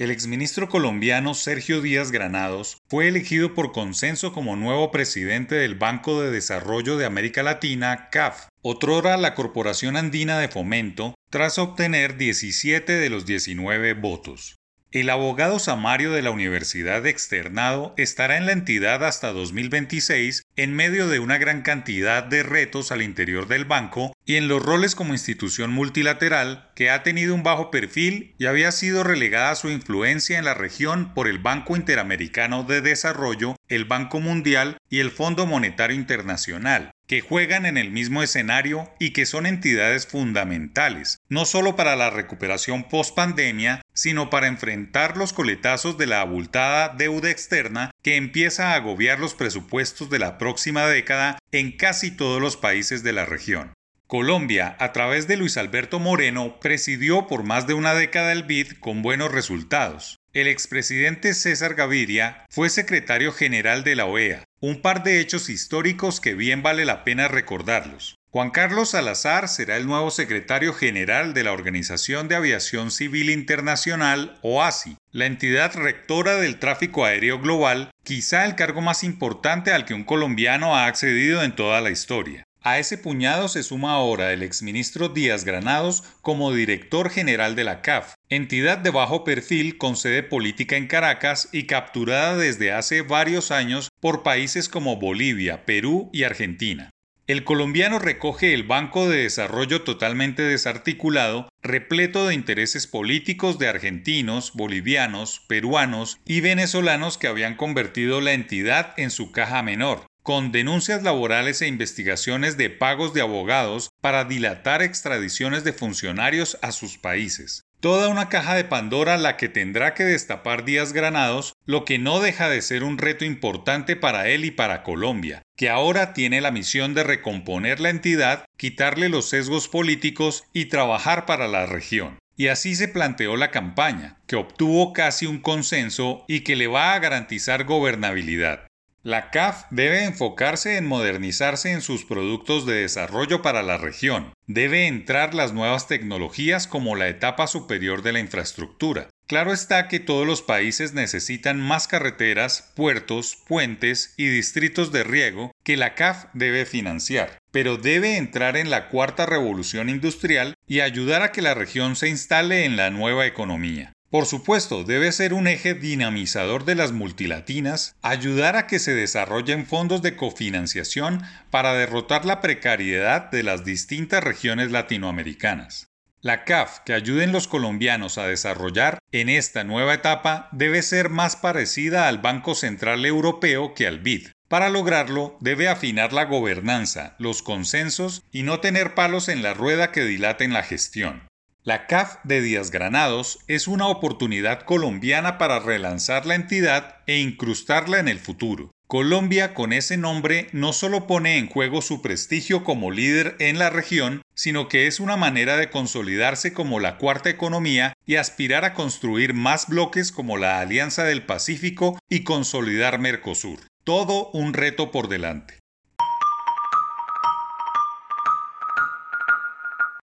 El exministro colombiano Sergio Díaz Granados fue elegido por consenso como nuevo presidente del Banco de Desarrollo de América Latina, CAF, otrora la Corporación Andina de Fomento, tras obtener 17 de los 19 votos. El abogado Samario de la Universidad Externado estará en la entidad hasta 2026 en medio de una gran cantidad de retos al interior del banco y en los roles como institución multilateral que ha tenido un bajo perfil y había sido relegada su influencia en la región por el Banco Interamericano de Desarrollo, el Banco Mundial y el Fondo Monetario Internacional, que juegan en el mismo escenario y que son entidades fundamentales, no solo para la recuperación post-pandemia, sino para enfrentar los coletazos de la abultada deuda externa que empieza a agobiar los presupuestos de la próxima década en casi todos los países de la región. Colombia, a través de Luis Alberto Moreno, presidió por más de una década el BID con buenos resultados. El expresidente César Gaviria fue secretario general de la OEA, un par de hechos históricos que bien vale la pena recordarlos. Juan Carlos Salazar será el nuevo secretario general de la Organización de Aviación Civil Internacional, OACI, la entidad rectora del tráfico aéreo global, quizá el cargo más importante al que un colombiano ha accedido en toda la historia. A ese puñado se suma ahora el exministro Díaz Granados como director general de la CAF, entidad de bajo perfil con sede política en Caracas y capturada desde hace varios años por países como Bolivia, Perú y Argentina. El colombiano recoge el Banco de Desarrollo totalmente desarticulado, repleto de intereses políticos de argentinos, bolivianos, peruanos y venezolanos que habían convertido la entidad en su caja menor, con denuncias laborales e investigaciones de pagos de abogados para dilatar extradiciones de funcionarios a sus países. Toda una caja de Pandora la que tendrá que destapar Díaz Granados, lo que no deja de ser un reto importante para él y para Colombia, que ahora tiene la misión de recomponer la entidad, quitarle los sesgos políticos y trabajar para la región. Y así se planteó la campaña, que obtuvo casi un consenso y que le va a garantizar gobernabilidad. La CAF debe enfocarse en modernizarse en sus productos de desarrollo para la región. Debe entrar las nuevas tecnologías como la etapa superior de la infraestructura. Claro está que todos los países necesitan más carreteras, puertos, puentes y distritos de riego que la CAF debe financiar, pero debe entrar en la cuarta revolución industrial y ayudar a que la región se instale en la nueva economía. Por supuesto, debe ser un eje dinamizador de las multilatinas, ayudar a que se desarrollen fondos de cofinanciación para derrotar la precariedad de las distintas regiones latinoamericanas. La CAF, que ayuden los colombianos a desarrollar en esta nueva etapa, debe ser más parecida al Banco Central Europeo que al BID. Para lograrlo, debe afinar la gobernanza, los consensos y no tener palos en la rueda que dilaten la gestión. La CAF de Díaz Granados es una oportunidad colombiana para relanzar la entidad e incrustarla en el futuro. Colombia, con ese nombre, no solo pone en juego su prestigio como líder en la región, sino que es una manera de consolidarse como la cuarta economía y aspirar a construir más bloques como la Alianza del Pacífico y consolidar Mercosur. Todo un reto por delante.